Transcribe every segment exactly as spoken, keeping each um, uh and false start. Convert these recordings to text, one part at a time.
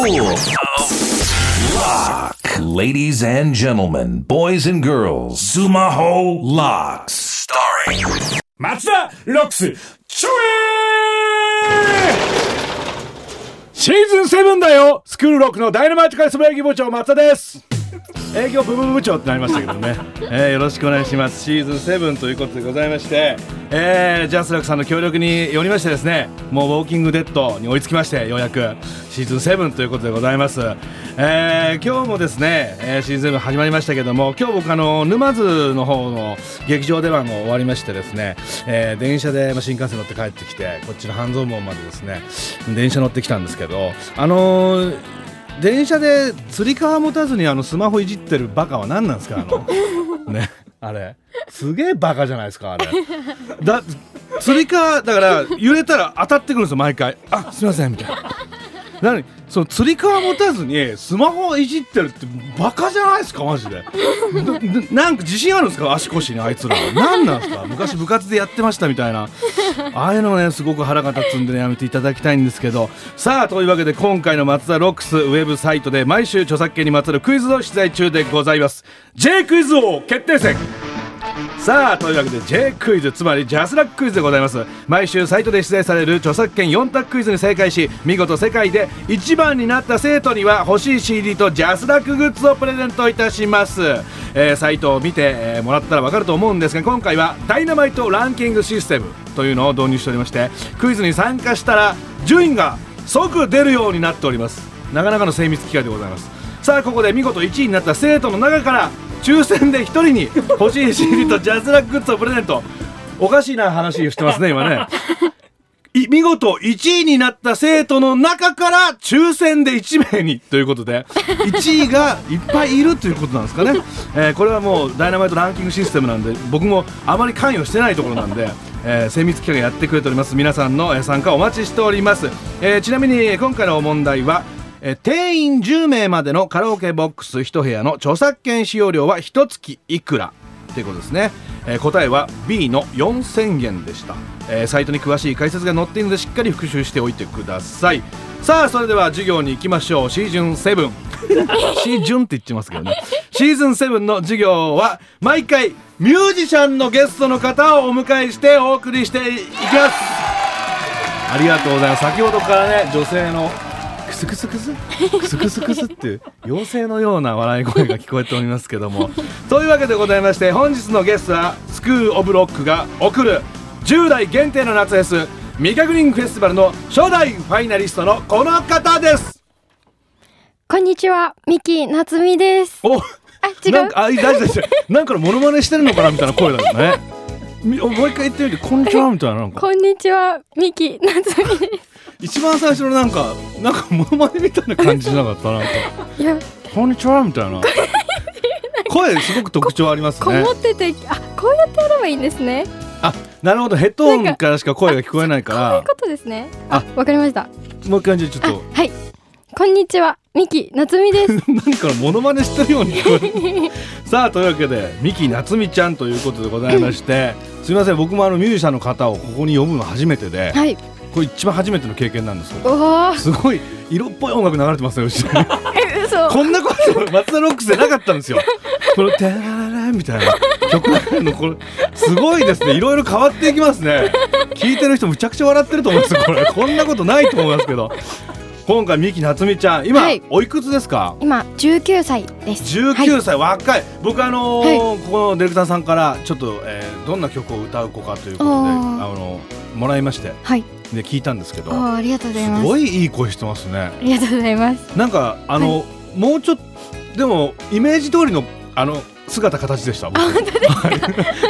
Lock. Ladies and gentlemen, boys and girls, Sumaho Locks. Starring 松田ロックスちょえシーズンセブンだよ。スクールロックのダイナマイトカリスマ営業部長松田です。営業部部部長ってなりましたけどね、えー、よろしくお願いします。シーズンセブンということでございまして、えー、ジャスラックさんの協力によりましてですね、もうウォーキングデッドに追いつきまして、ようやくシーズンセブンということでございます。えー、今日もですね、えー、シーズンセブン始まりましたけども、今日僕あの沼津の方の劇場出番が終わりましてですね、えー、電車で、まあ、新幹線乗って帰ってきて、こっちの半蔵門までですね電車乗ってきたんですけど、あのー電車でつり革持たずにあのスマホいじってるバカは何なんですか、あのね、あれすげえバカじゃないですか、あれだつり革だから揺れたら当たってくるんですよ、毎回。あ、すいませんみたいな。何そのつり革持たずにスマホいじってるってバカじゃないですか、マジで。なんか自信あるんですか、足腰に。あいつら何なんですか、昔部活でやってましたみたいな、ああいうのねすごく腹が立つんで、ね、やめていただきたいんですけど。さあ、というわけで今回の松田ロックスウェブサイトで毎週著作権にまつわるクイズを出題中でございます。 J クイズ王決定戦。さあ、というわけで J クイズ、つまりジャスラッククイズでございます。毎週サイトで出題される著作権よん択クイズに正解し、見事世界でいちばんになった生徒には欲しい シーディー とジャスラックグッズをプレゼントいたします。えー、サイトを見て、えー、もらったら分かると思うんですが、今回はダイナマイトランキングシステムというのを導入しておりまして、クイズに参加したら順位が即出るようになっております。なかなかの精密機械でございます。さあ、ここで見事いちいになった生徒の中から抽選でひとりに欲しい シーディー とジャスラックグッズをプレゼント。おかしいな話してますね今ね。見事いちいになった生徒の中から抽選でいちめいにということで、いちいがいっぱいいるということなんですかね。えー、これはもうダイナマイトランキングシステムなんで、僕もあまり関与してないところなんで、えー、精密機械がやってくれております。皆さんの参加お待ちしております。えー、ちなみに今回の問題は、え定員じゅうめいまでのカラオケボックスいち部屋の著作権使用料はいちがついくらということですね。えー、答えは ビー のよんせんえんでした。えー、サイトに詳しい解説が載っているのでしっかり復習しておいてください。さあ、それでは授業に行きましょう。シーズンセブンシーズンって言ってますけどね。シーズンセブンの授業は毎回ミュージシャンのゲストの方をお迎えしてお送りしていきます。ありがとうございます。先ほどからね、女性のクスクスクスクスクスクスっていう妖精のような笑い声が聞こえておりますけどもというわけでございまして、本日のゲストはスクールオブロックが送る従来限定の夏フェス未確認フェスティバルの初代ファイナリストのこの方です。 こんにちは、三木夏美です。 お、 あ、違う、 なんか、あ、大丈夫ですよ。なんかのモノマネしてるのかなみたいな声だよね。もう一回言ってみて、こんにちはみたいな、なんかこんにちは、三木夏美です。 一番最初のなんかなんかモノマネみたいな感じじゃなかったなんかいや、 こんにちはみたいな声すごく特徴ありますね。 こもってて、あ、こうやってやればいいんですね。 あ、なるほど、ヘッドホンからしか声が聞こえないから。 そういうことですね。あ、わかりました。 もう一回ちょっと、 はい、こんにちは、三木夏美です。 何かのモノマネしてるように聞こえるさあ、というわけで三木夏美ちゃんということでございましてすみません、僕もあのミュージシャンの方をここに呼ぶの初めてで、はい、これ一番初めての経験なんですけど、すごい色っぽい音楽流れてますね、後ろに。 え、嘘。 こんなこと松田ロックスでなかったんですよ。このテラララみたいな曲のこれすごいですね。いろいろ変わっていきますね。聞いてる人むちゃくちゃ笑ってると思うんですよ。これこんなことないと思いますけど、今回三木夏美ちゃん今、はい、おいくつですか？ 今じゅうきゅうさいです。 じゅうきゅうさい、はい、若い。僕あのーはい、ここのディレクターさんからちょっと、えー、どんな曲を歌う子かということであのもらいまして、はい、で聞いたんですけど、 ありがとうございます。 すごいいい声してますね。 ありがとうございます。 なんかあの、はい、もうちょっとでもイメージ通りのあの姿形でした。僕、あ、本当ですか？はい、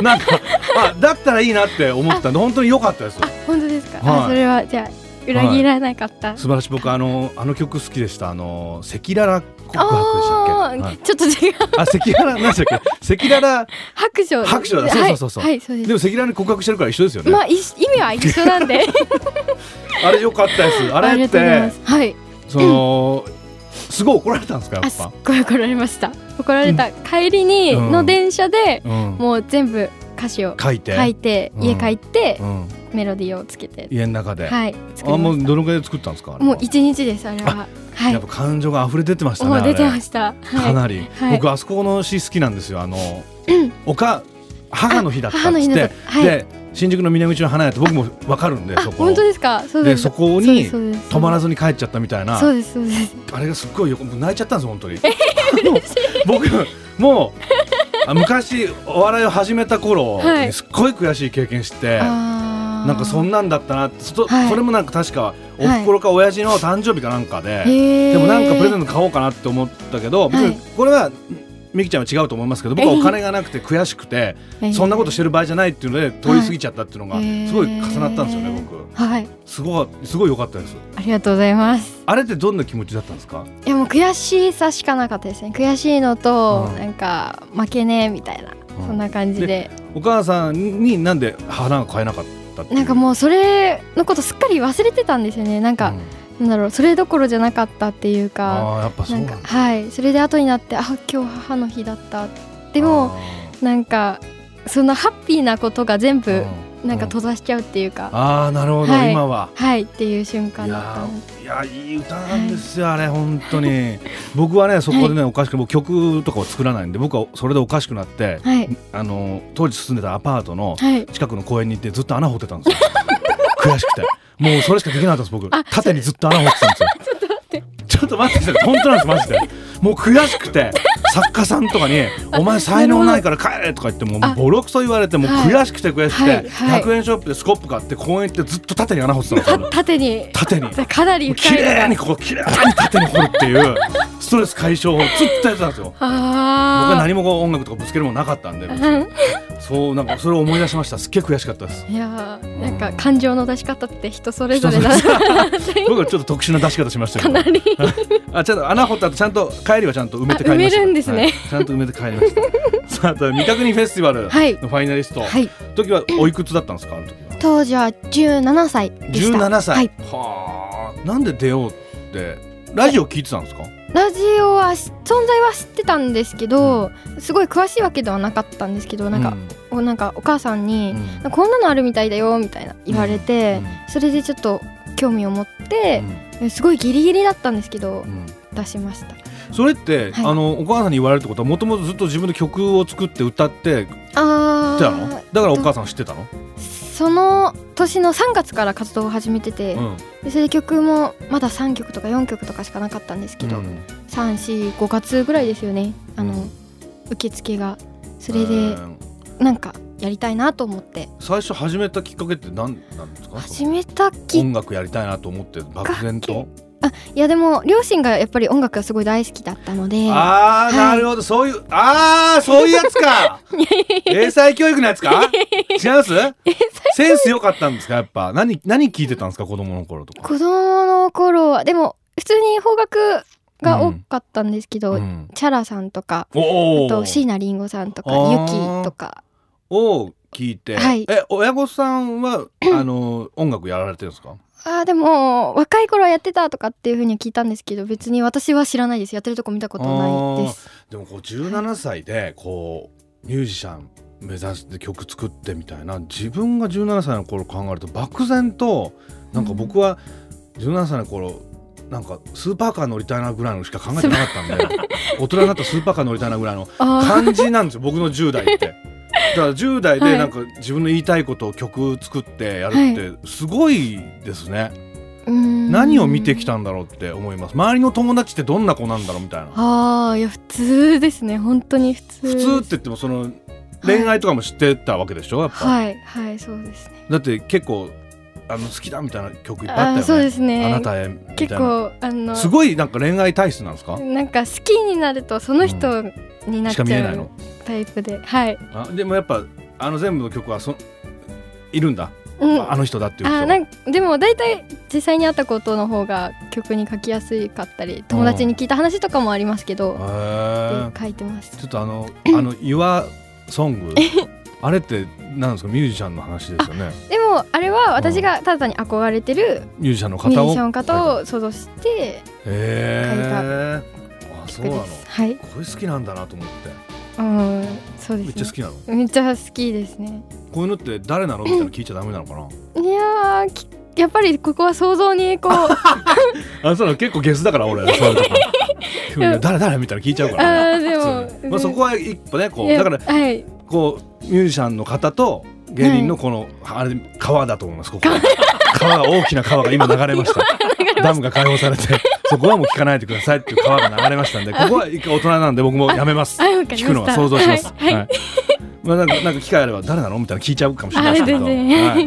なんかあ、だったらいいなって思ったんで本当に良かったです。 あ、本当ですか？はい、あ、それはじゃあ裏切らなかった、はい、 素晴らしい。僕あのあの曲好きでした。あの赤裸々告白でしたっけ？ はい、ちょっと違う。 あ、赤裸々何でしたっけ？赤裸々 白書。 白書だ。そうそうそうそう。はい、そうです。でも赤裸々に告白してるから一緒ですよね。 まあ意味は一緒なんで。 あれ良かったです。あれってはい。 その、うん、すごい怒られたんですか？やっぱ。 すっごい怒られました。怒られた、うん、帰りにの電車で、うん、もう全部歌詞を書いて、書いて家帰って、うん、メロディーをつけて家の中で、 はい、 あ、もうどのくらいで作ったんですか？ もう一日です。あれは。 はい、 やっぱ感情が溢れ出てましたね。 もう出てました、 かなり、はい、僕あそこの詩好きなんですよ。あの、うん、おか母の日だったっつって、はい、で新宿の南口の花屋って僕も分かるんで、そこ本当ですか。そうです。 でそこに止まらずに帰っちゃったみたいな。 そうですそうです。 あれがすっごいよ、泣いちゃったんです本当に。僕もう昔お笑いを始めた頃にすっごい悔しい経験して、はい、なんかそんなんだったなって、そ, はい、それもなんか確かおふくろか親父の誕生日かなんかで、はい、でもなんかプレゼント買おうかなって思ったけど、はい、これはみきちゃんは違うと思いますけど、僕はお金がなくて悔しくて、えー、そんなことしてる場合じゃないっていうので通り過ぎちゃったっていうのがすごい重なったんですよね、僕。はい、すごいすごい良かったです。 ありがとうございます。 あれってどんな気持ちだったんですか？ いやもう悔しさしかなかったですね。悔しいのと、うん、なんか負けねえみたいな、うん、そんな感じ で, でお母さんになんで花が買えなかったっていう？ なんかもうそれのことすっかり忘れてたんですよね。なんか、うんなんだろう、それどころじゃなかったっていうか、 あやっぱそうなんだ。 なんか、はい、それで後になってあ今日母の日だった、でもなんかそんなハッピーなことが全部なんか閉ざしちゃうっていうか、 ああなるほど、はい、今ははいっていう瞬間だった。 いやいい歌なんですよ、はい、あれ本当に僕はねそこでね、はい、おかしく僕曲とかを作らないんで、僕はそれでおかしくなって、はい、あの当時住んでたアパートの近くの公園に行ってずっと穴掘ってたんですよ悔しくてもうそれしかできなかったです僕。縦にずっと穴掘ってたんですよちょっと待ってちょっと待って本当なんですマジで。もう悔しくて作家さんとかにお前才能ないから帰れとか言ってもうボロクソ言われてもう悔しくて悔しくて、はいはい、ひゃくえんショップでスコップ買って公園行ってずっと縦に穴掘ってたんですよ縦に縦にかなり深いのが綺麗にここ綺麗に縦に掘るっていうストレス解消法をずっとやってたんですよ。僕は何も音楽とかぶつけるものなかったんでそうなんかそれを思い出しました。すっげえ悔しかったです。 いやなんか感情の出し方って人それぞれだ僕はちょっと特殊な出し方しましたけどかなりあちゃんと穴掘った後ちゃんと帰りはちゃんと埋めて帰りました。 埋めるんですね、はい、 ちゃんと埋めて帰りましたさあと未確認フェスティバルのファイナリスト、はい、時はおいくつだったんですか？あの時は当時はじゅうななさいでした。 じゅうななさい、はい、はあなんで出ようってラジオ聞いてたんですか？ ラジオは存在は知ってたんですけど、うん、すごい詳しいわけではなかったんですけど、なんか、うん、なんかお母さんに、うん、こんなのあるみたいだよみたいな言われて、うんうん、それでちょっと興味を持って、うん、すごいギリギリだったんですけど、うん、出しました。 それって、はい、あのお母さんに言われるってことはもともとずっと自分で曲を作って歌ってあたの？だからお母さん知ってたの？ その年のさんがつから活動を始めてて、うん、でそれで曲もまださんきょくとかよんきょくとかしかなかったんですけど、うん、さん、し、ごがつぐらいですよね、あの、うん、受付がそれでなんかやりたいなと思って。 最初始めたきっかけって何なんですか？ 始めたき音楽やりたいなと思って漠然と。 あいやでも両親がやっぱり音楽がすごい大好きだったので。 あー、はい、なるほど、そういうあーそういうやつか英才教育のやつか違いますセンス良かったんですか？やっぱ何何聞いてたんですか子供の頃とか。 子供の頃はでも普通に邦楽が多かったんですけど、うん、チャラさんとかあと椎名林檎さんとかユキとかを聞いて、はい、え親御さんはあの音楽やられてるんですか？ あでも若い頃はやってたとかっていう風に聞いたんですけど、別に私は知らないです。やってるとこ見たことないです。 でもこうじゅうななさいでこうミュージシャン目指して曲作ってみたいな、自分がじゅうななさいの頃考えると漠然となんか僕はじゅうななさいの頃なんかスーパーカー乗りたいなぐらいのしか考えてなかったんで大人になったらスーパーカー乗りたいなぐらいの感じなんですよ僕のじゅう代って。だからじゅう代でなんか自分の言いたいことを曲作ってやるってすごいですね、はい、うーん何を見てきたんだろうって思います。周りの友達ってどんな子なんだろうみたいな。 あーいや普通ですね、本当に普通。 普通って言ってもその恋愛とかも知ってたわけでしょやっぱ。 はいはいそうですね。 だって結構あの好きだみたいな曲いっぱいあったよね。 あそうですね。 あなたへみたいな。 結構あのすごいなんか恋愛体質なんですか？ なんか好きになるとその人になっちゃう、うん、しか見えないのタイプで。はい。 あでもやっぱあの全部の曲はそいるんだ、うん、あの人だっていう人。 あなんでも大体実際に会ったことの方が曲に書きやすかったり、友達に聞いた話とかもありますけど、で書いてます。 ちょっとあのあの Your Song あれってなんですか？ミュージシャンの話ですよね。 でもあれは私がただに憧れてるミュージシャンの方をミュージシャンの方を想像して書いた曲です。 はい。 これ好きなんだなと思って。 うんそうですね。 めっちゃ好きなの？ めっちゃ好きですね。 こういうのって誰なのみたいな聞いちゃダメなのかな？ いやー聞やっぱりここは想像にこうあ、そう結構ゲスだから俺そういうとこ誰誰みたいな聞いちゃうから、ね、 あでも、 まあ、そこは一歩ねこうだから、はい、こうミュージシャンの方と芸人のこの、はい、あれ川だと思います。ここ川が大きな川が今流れましたダムが開放されてそこはもう聞かないでくださいっていう川が流れましたんで、ここは大人なんで僕もやめます。聞くのは想像します。はい、はい、まあ、なんかなんか機会あれば誰なのみたいな聞いちゃうかもしれないですけど、はい、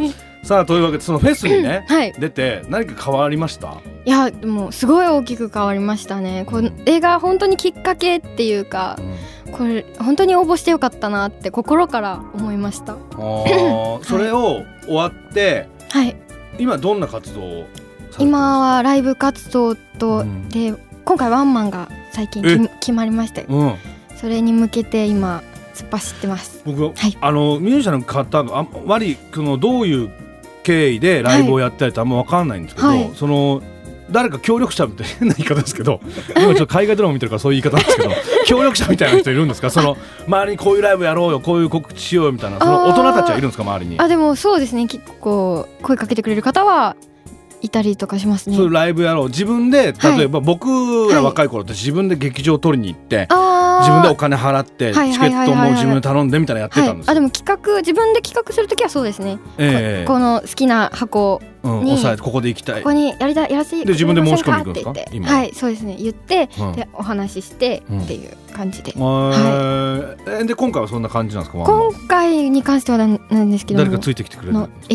さあというわけでそのフェスにね、はい、出て何か変わりました？ いやでもすごい大きく変わりましたね。この映画本当にきっかけっていうか、うん、これ本当に応募してよかったなって心から思いました。あそれを終わって、はい、今どんな活動をされてるんですか？ 今はライブ活動と、うん、で今回ワンマンが最近決まりまして、うん、それに向けて今突っ走ってます。 僕は、はい、あのミュージシャンの方があんまりそのどういう経緯でライブをやったりってあんま分かんないんですけど、はい、その誰か協力者みたいな変な言い方ですけど今ちょっと海外ドラマ見てるからそういう言い方なんですけど協力者みたいな人いるんですか？その周りにこういうライブやろうよこういう告知しようよみたいなその大人たちはいるんですか周りに？ あでもそうですね結構声かけてくれる方はいたりとかしますね。 そういうライブやろう自分で例えば、はい、僕ら若い頃って自分で劇場を取りに行って、はい、自分でお金払ってチケットも自分で頼んでみたいなやってたんですよ、はい、 あでも企画自分で企画するときはそうですね、えー、こ, この好きな箱に、うん、押さえてここで行きたいここにやりたいやらせてで自分で申し込みに行くんですか？今はいそうですね言って、うん、でお話ししてっていう感じで、うんはい、で今回はそんな感じなんですか？ 今回に関してはなんですけど誰かついてきてくれるんですか？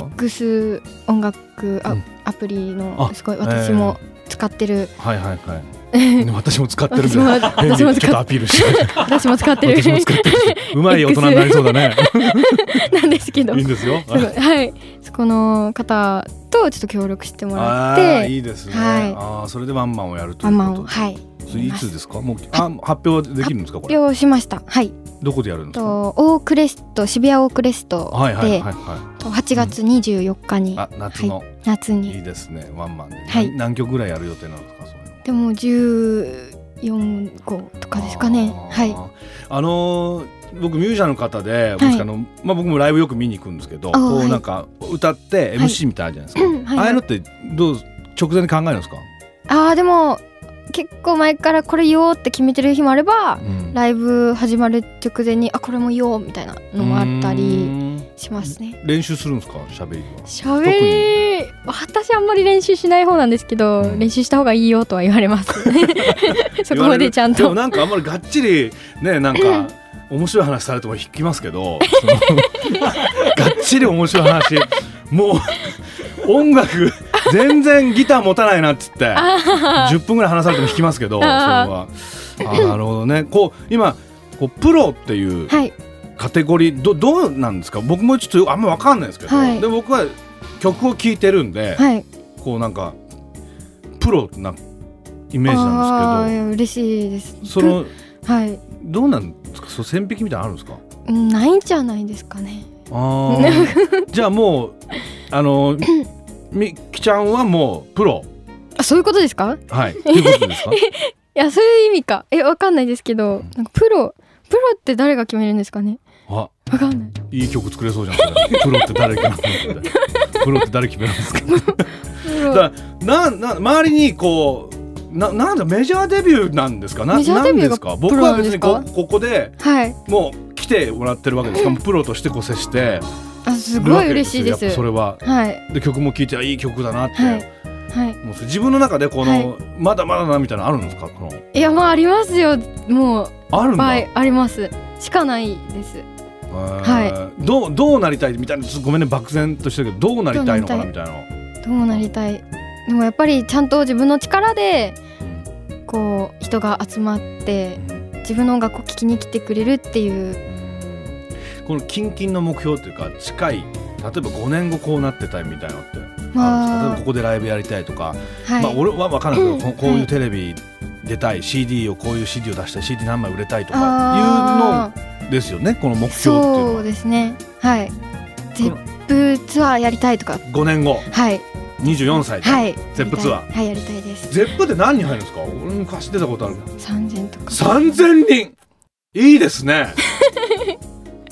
X 音楽あ、うん、アプリのすごい私も使ってる、 えー、はいはいはい私も使ってるんで私も使ってるちょっとアピールして私も使ってる私も使ってるうまい大人になりそうだねなんですけどいいんですよはいそこの方とちょっと協力してもらってあいいですね、はい、あそれでワンマンをやるということでワンマンをはいそれいつですか？もうあ発表できるんですか？これ発表しましたはいどこでやるんですか？ とオークレスト渋谷オークレストで、はいはいはいはい、はちがつにじゅうよっかに、うん、あ夏の、はい、 夏にいいですねワンマンで、はい、何曲ぐらいやる予定なんですか？そういうのでもじゅうよんごとかですかね。はいあのー、僕ミュージシャンの方で、はいあのまあ、僕もライブよく見に行くんですけどこうなんか歌って エムシー みたいなのあるじゃないですか、はい、ああいうのってどう直前に考えるんですか？ あでも結構前からこれ言おうって決めてる日もあれば、うん、ライブ始まる直前にあこれも言おうみたいなのもあったりしますね。 練習するんですか？喋りは喋り私あんまり練習しない方なんですけど、うん、練習した方がいいよとは言われますそこまでちゃんとでもなんかあんまりがっちりねなんか面白い話されても引きますけどがっちり面白い話もう音楽全然ギター持たないなっつってじゅっぷんぐらい話されても弾きますけどそれはあなるほどね。こう今こうプロっていうカテゴリー ど, どうなんですか？僕もちょっとあんま分かんないですけど、はい、で僕は曲を聴いてるんで、はい、こうなんかプロなイメージなんですけど嬉しいです。 その、はい、どうなんですか？そう線引きみたいなのあるんですか？ ないんじゃないですかね。 あじゃあもうあのみきちゃんはもうプロあそういうことですか？ はいどういうことですか？いやそういう意味かえわかんないですけど、うん、なんかプロプロって誰が決めるんですかね？あわかんない。 いい曲作れそうじゃんプロって誰決めるんですか？プロって誰決めるんですか？だからなな周りにこうななんだメジャーデビューなんですか？なメジャーデビューがプロなんですか？僕は別に こ, ここで、はい、もう来てもらってるわけですか？プロとしてこう接してあすごい嬉しいです。 それは、はい、で曲も聴いていい曲だなって、はいはい、もう自分の中でこの、はい、まだまだなみたいなのあるんですか？このいやまあありますよ。もうあるんだありますしかないです。 はい、どうどうなりたいみたいなごめんね漠然としてるけどどうなりたいのかなみたいなどうなりたいでもやっぱりちゃんと自分の力でこう人が集まって自分の音楽を聴きに来てくれるっていうこの近々の目標というか近い例えばごねんごこうなってたいみたいなのってあるんですか？例えばここでライブやりたいとか、はいまあ、俺は分からないけど、うん、こういうテレビ出たい、はい、シーディー をこういう シーディー を出したい シーディー 何枚売れたいとかいうのですよねこの目標っていうのは。 そうですねはいゼップツアーやりたいとかごねんごはいにじゅうよんさいで、はい、ゼップツアーはいやりたいです。 ゼップって何人入るんですか？俺昔出たことあるさんぜんとかさんぜんにんいいですね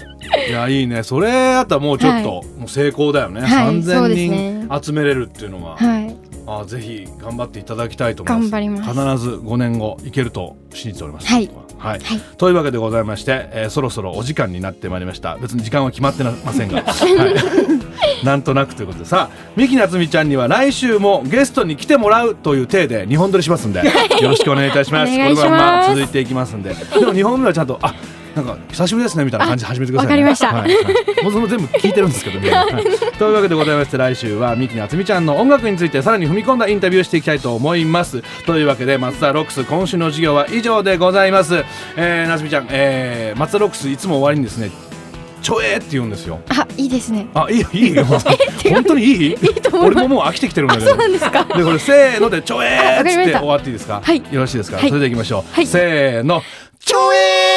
いやいいね、それあったらもうちょっと、はい、もう成功だよね、はい、さんぜんにん集めれるっていうのは、はい、あぜひ頑張っていただきたいと思います。 頑張ります。 必ずごねんごいけると信じております。 はいはいはい、というわけでございまして、えー、そろそろお時間になってまいりました。別に時間は決まってませんが、はい、なんとなくということで、さあ三木夏美ちゃんには来週もゲストに来てもらうという体でにほん撮りしますんで、よろしくお願いいたします。 お願いします。 これはまあ続いていきますんで、でもにほんめはちゃんとあなんか久しぶりですねみたいな感じで始めてくださいね。 わかりました、 はいはい、もうその全部聞いてるんですけどね、はい、というわけでございまして、来週は三木夏美ちゃんの音楽についてさらに踏み込んだインタビューをしていきたいと思います。というわけで松田ロックス今週の授業は以上でございます。えー、夏美ちゃん、えー、松田ロックスいつも終わりにですねちょえーって言うんですよ。 あ、いいですね。 あ、いいよいいよ本当にいい？いいと思います。俺ももう飽きてきてるんだけど。 そうなんですか。 でこれせーのでちょえーって終わっていいですか？ はい、 よろしいですか？ はい、 それでいきましょう、 はい、 せーのちょえ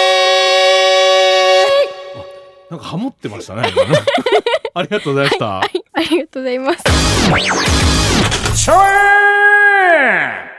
ー。なんかハモってましたねありがとうございました、 はいはい、ありがとうございます。 ちょえー。